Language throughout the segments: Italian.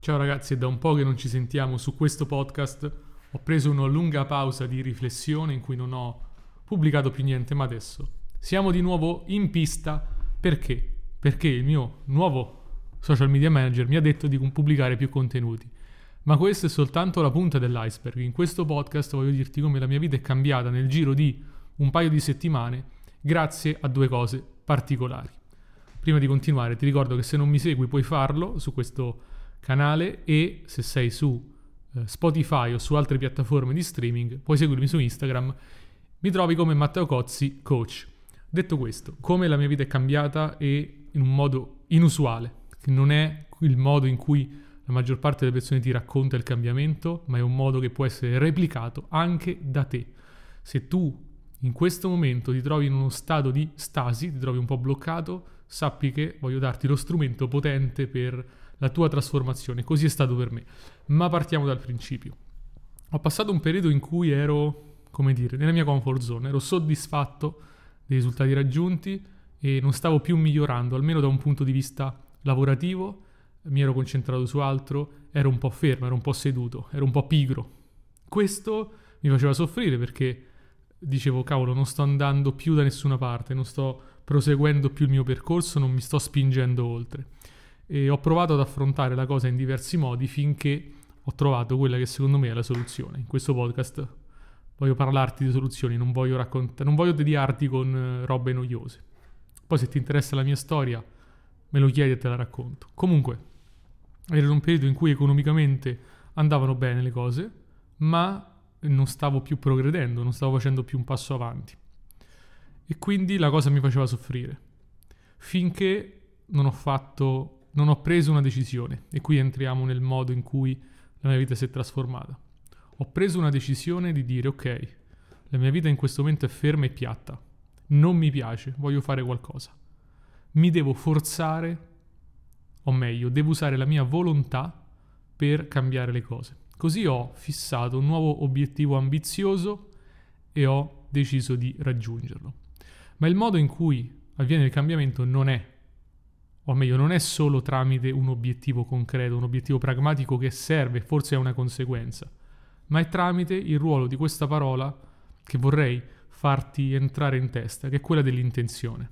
Ciao ragazzi, è da un po' che non ci sentiamo su questo podcast. Ho preso una lunga pausa di riflessione in cui non ho pubblicato più niente, ma adesso siamo di nuovo in pista. Perché? Perché il mio nuovo social media manager mi ha detto di pubblicare più contenuti. Ma questa è soltanto la punta dell'iceberg. In questo podcast voglio dirti come la mia vita è cambiata nel giro di un paio di settimane grazie a due cose particolari. Prima di continuare ti ricordo che se non mi segui puoi farlo su questo canale e se sei su Spotify o su altre piattaforme di streaming puoi seguirmi su Instagram. Mi trovi come Matteo Cozzi Coach. Detto questo, come la mia vita è cambiata e in un modo inusuale, che non è il modo in cui la maggior parte delle persone ti racconta il cambiamento, ma è un modo che può essere replicato anche da te. Se tu in questo momento ti trovi in uno stato di stasi, ti trovi un po' bloccato, sappi che voglio darti lo strumento potente per la tua trasformazione. Così è stato per me. Ma partiamo dal principio. Ho passato un periodo in cui ero, come dire, nella mia comfort zone, ero soddisfatto dei risultati raggiunti e non stavo più migliorando, almeno da un punto di vista lavorativo. Mi ero concentrato su altro, ero un po' fermo, ero un po' seduto, ero un po' pigro. Questo mi faceva soffrire perché dicevo, cavolo, non sto andando più da nessuna parte, non sto proseguendo più il mio percorso, non mi sto spingendo oltre. E ho provato ad affrontare la cosa in diversi modi finché ho trovato quella che secondo me è la soluzione. In questo podcast voglio parlarti di soluzioni, non voglio tediarti con robe noiose. Poi se ti interessa la mia storia me lo chiedi e te la racconto. Comunque, ero in un periodo in cui economicamente andavano bene le cose, ma non stavo più progredendo, non stavo facendo più un passo avanti. E quindi la cosa mi faceva soffrire. Finché non ho preso una decisione. E qui entriamo nel modo in cui la mia vita si è trasformata. Ho preso una decisione di dire, ok, la mia vita in questo momento è ferma e piatta. Non mi piace, voglio fare qualcosa. Mi devo forzare, o meglio, devo usare la mia volontà per cambiare le cose. Così ho fissato un nuovo obiettivo ambizioso e ho deciso di raggiungerlo. Ma il modo in cui avviene il cambiamento non è solo tramite un obiettivo concreto, un obiettivo pragmatico che serve, forse è una conseguenza, ma è tramite il ruolo di questa parola che vorrei farti entrare in testa, che è quella dell'intenzione.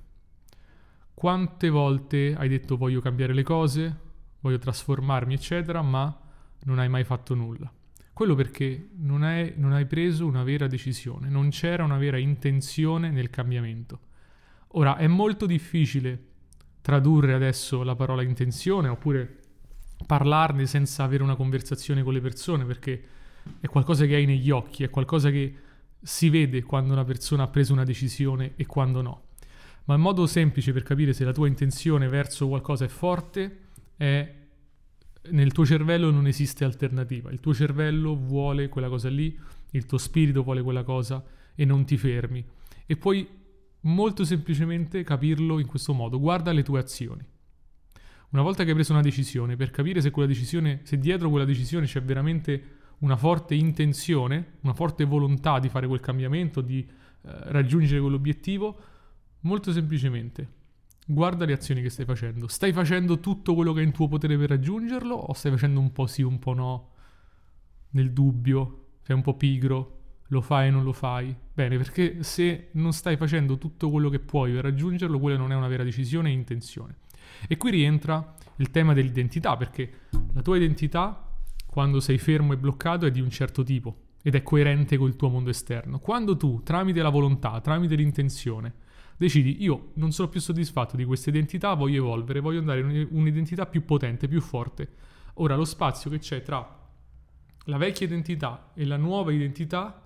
Quante volte hai detto voglio cambiare le cose, voglio trasformarmi, eccetera, ma non hai mai fatto nulla? Quello perché non hai preso una vera decisione, non c'era una vera intenzione nel cambiamento. Ora, è molto difficile tradurre adesso la parola intenzione oppure parlarne senza avere una conversazione con le persone, perché è qualcosa che hai negli occhi, è qualcosa che si vede quando una persona ha preso una decisione e quando no. Ma il modo semplice per capire se la tua intenzione verso qualcosa è forte è nel tuo cervello non esiste alternativa. Il tuo cervello vuole quella cosa lì, il tuo spirito vuole quella cosa e non ti fermi. E puoi molto semplicemente capirlo in questo modo. Guarda le tue azioni. Una volta che hai preso una decisione, per capire se dietro quella decisione c'è veramente una forte intenzione, una forte volontà di fare quel cambiamento, di raggiungere quell'obiettivo, molto semplicemente guarda le azioni che stai facendo. Stai facendo tutto quello che è in tuo potere per raggiungerlo o stai facendo un po' sì, un po' no, nel dubbio, sei un po' pigro, lo fai e non lo fai? Bene, perché se non stai facendo tutto quello che puoi per raggiungerlo, quella non è una vera decisione e intenzione. E qui rientra il tema dell'identità, perché la tua identità, quando sei fermo e bloccato, è di un certo tipo ed è coerente col tuo mondo esterno. Quando tu, tramite la volontà, tramite l'intenzione, decidi, io non sono più soddisfatto di questa identità, voglio evolvere, voglio andare in un'identità più potente, più forte. Ora, lo spazio che c'è tra la vecchia identità e la nuova identità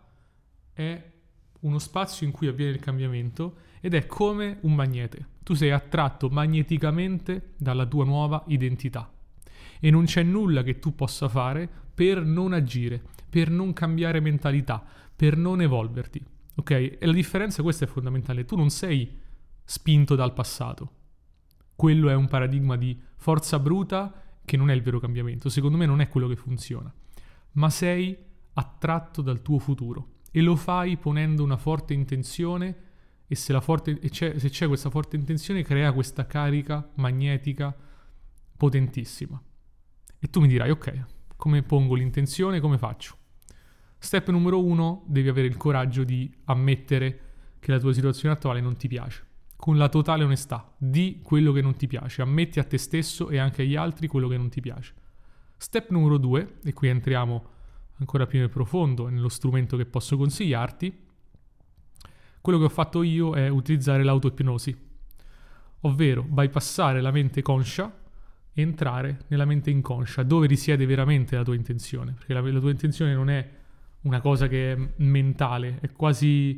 è uno spazio in cui avviene il cambiamento ed è come un magnete. Tu sei attratto magneticamente dalla tua nuova identità e non c'è nulla che tu possa fare per non agire, per non cambiare mentalità, per non evolverti. Ok? E la differenza, questa è fondamentale, tu non sei spinto dal passato. Quello è un paradigma di forza bruta che non è il vero cambiamento, secondo me non è quello che funziona, ma sei attratto dal tuo futuro e lo fai ponendo una forte intenzione e se c'è questa forte intenzione crea questa carica magnetica potentissima. E tu mi dirai, ok, come pongo l'intenzione, come faccio? Step numero 1, devi avere il coraggio di ammettere che la tua situazione attuale non ti piace. Con la totale onestà, di quello che non ti piace, ammetti a te stesso e anche agli altri quello che non ti piace. Step numero 2, e qui entriamo ancora più nel profondo e nello strumento che posso consigliarti, quello che ho fatto io è utilizzare l'autoipnosi, ovvero bypassare la mente conscia e entrare nella mente inconscia, dove risiede veramente la tua intenzione, perché la tua intenzione non è una cosa che è mentale, è quasi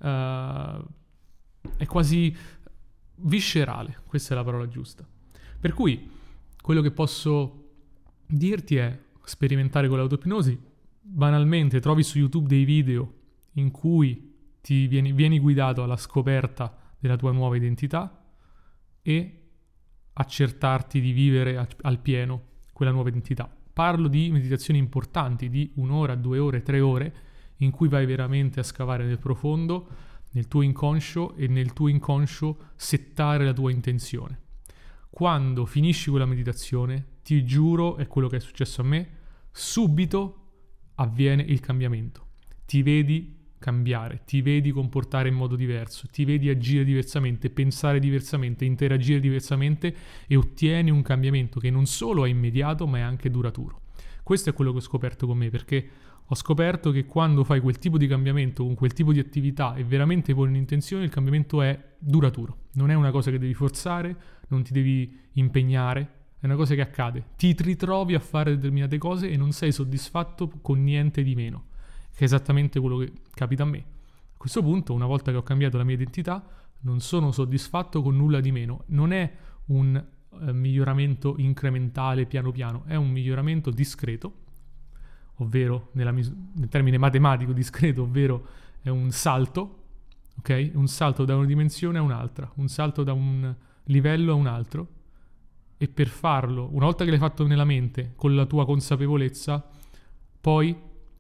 viscerale, questa è la parola giusta. Per cui quello che posso dirti è sperimentare con l'autoipnosi. Banalmente trovi su YouTube dei video in cui ti vieni guidato alla scoperta della tua nuova identità e accertarti di vivere al pieno quella nuova identità. Parlo di meditazioni importanti di 1 ora, 2 ore, 3 ore, in cui vai veramente a scavare nel profondo, nel tuo inconscio, e nel tuo inconscio settare la tua intenzione. Quando finisci quella meditazione, ti giuro, è quello che è successo a me, subito avviene il cambiamento. Ti vedi cambiare, ti vedi comportare in modo diverso, ti vedi agire diversamente, pensare diversamente, interagire diversamente e ottieni un cambiamento che non solo è immediato ma è anche duraturo. Questo è quello che ho scoperto con me, perché ho scoperto che quando fai quel tipo di cambiamento con quel tipo di attività e veramente poni un'intenzione, il cambiamento è duraturo. Non è una cosa che devi forzare, non ti devi impegnare, è una cosa che accade. Ti ritrovi a fare determinate cose e non sei soddisfatto con niente di meno, che è esattamente quello che capita a me. A questo punto, una volta che ho cambiato la mia identità, non sono soddisfatto con nulla di meno. Non è un miglioramento incrementale piano piano, è un miglioramento discreto, ovvero nel termine matematico discreto, ovvero è un salto, ok? Un salto da una dimensione a un'altra, un salto da un livello a un altro, e per farlo, una volta che l'hai fatto nella mente, con la tua consapevolezza, poi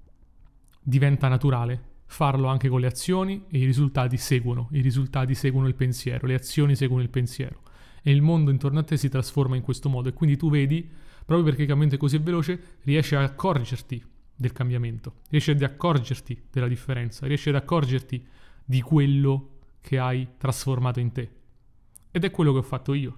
diventa naturale farlo anche con le azioni e i risultati seguono il pensiero, le azioni seguono il pensiero e il mondo intorno a te si trasforma in questo modo, e quindi tu vedi, proprio perché il cambiamento è così veloce, riesci ad accorgerti del cambiamento, riesci ad accorgerti della differenza, riesci ad accorgerti di quello che hai trasformato in te. Ed è quello che ho fatto io.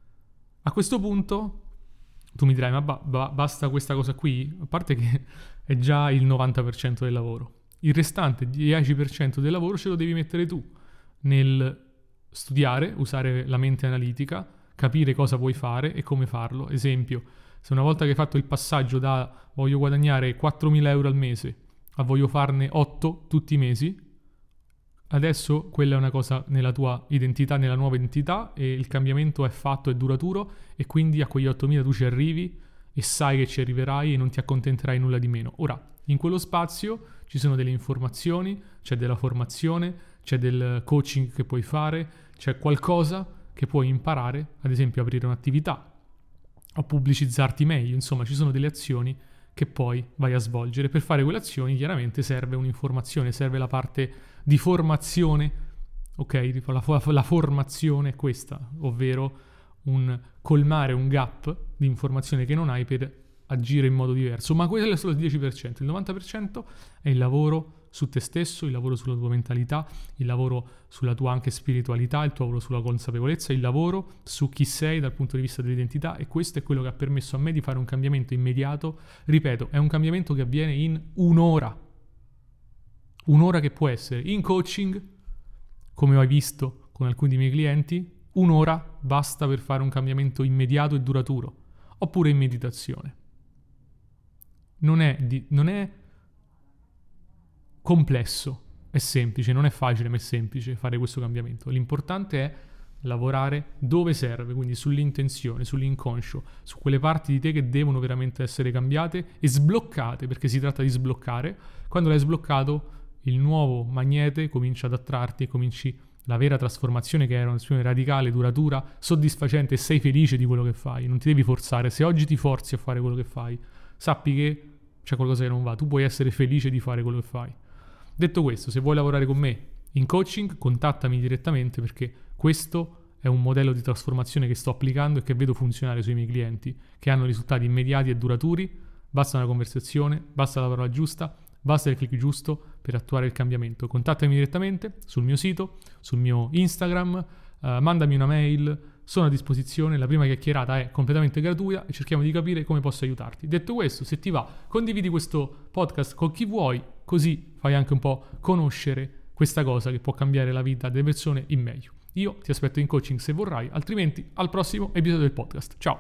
A questo punto tu mi dirai, ma basta questa cosa qui? A parte che è già il 90% del lavoro. Il restante 10% del lavoro ce lo devi mettere tu nel studiare, usare la mente analitica, capire cosa vuoi fare e come farlo. Esempio, se una volta che hai fatto il passaggio da voglio guadagnare 4.000 euro al mese a voglio farne 8 tutti i mesi, adesso quella è una cosa nella tua identità, nella nuova identità, e il cambiamento è fatto, è duraturo, e quindi a quegli 8.000 tu ci arrivi e sai che ci arriverai e non ti accontenterai nulla di meno. Ora, in quello spazio ci sono delle informazioni, c'è della formazione, c'è del coaching che puoi fare, c'è qualcosa che puoi imparare, ad esempio aprire un'attività o pubblicizzarti meglio, insomma ci sono delle azioni che poi vai a svolgere. Per fare quelle azioni chiaramente serve un'informazione, serve la parte di formazione, ok? La formazione è questa, ovvero colmare un gap di informazione che non hai per agire in modo diverso, ma quello è solo il 10%, il 90% è il lavoro su te stesso, il lavoro sulla tua mentalità, il lavoro sulla tua anche spiritualità, il tuo lavoro sulla consapevolezza, il lavoro su chi sei dal punto di vista dell'identità, e questo è quello che ha permesso a me di fare un cambiamento immediato. Ripeto, è un cambiamento che avviene in un'ora che può essere in coaching, come hai visto con alcuni dei miei clienti, un'ora basta per fare un cambiamento immediato e duraturo, oppure in meditazione. Non è complesso, è semplice, non è facile ma è semplice fare questo cambiamento. L'importante è lavorare dove serve, quindi sull'intenzione, sull'inconscio, su quelle parti di te che devono veramente essere cambiate e sbloccate, perché si tratta di sbloccare. Quando l'hai sbloccato, il nuovo magnete comincia ad attrarti e cominci la vera trasformazione, che è una trasformazione radicale, duratura, soddisfacente, e sei felice di quello che fai. Non ti devi forzare. Se oggi ti forzi a fare quello che fai, sappi che c'è qualcosa che non va. Tu puoi essere felice di fare quello che fai. Detto questo, se vuoi lavorare con me in coaching, contattami direttamente, perché questo è un modello di trasformazione che sto applicando e che vedo funzionare sui miei clienti, che hanno risultati immediati e duraturi. Basta una conversazione, basta la parola giusta, basta il click giusto per attuare il cambiamento. Contattami direttamente sul mio sito, sul mio Instagram, mandami una mail, sono a disposizione. La prima chiacchierata è completamente gratuita e cerchiamo di capire come posso aiutarti. Detto questo, se ti va, condividi questo podcast con chi vuoi, così fai anche un po' conoscere questa cosa che può cambiare la vita delle persone in meglio. Io ti aspetto in coaching se vorrai, altrimenti al prossimo episodio del podcast. Ciao!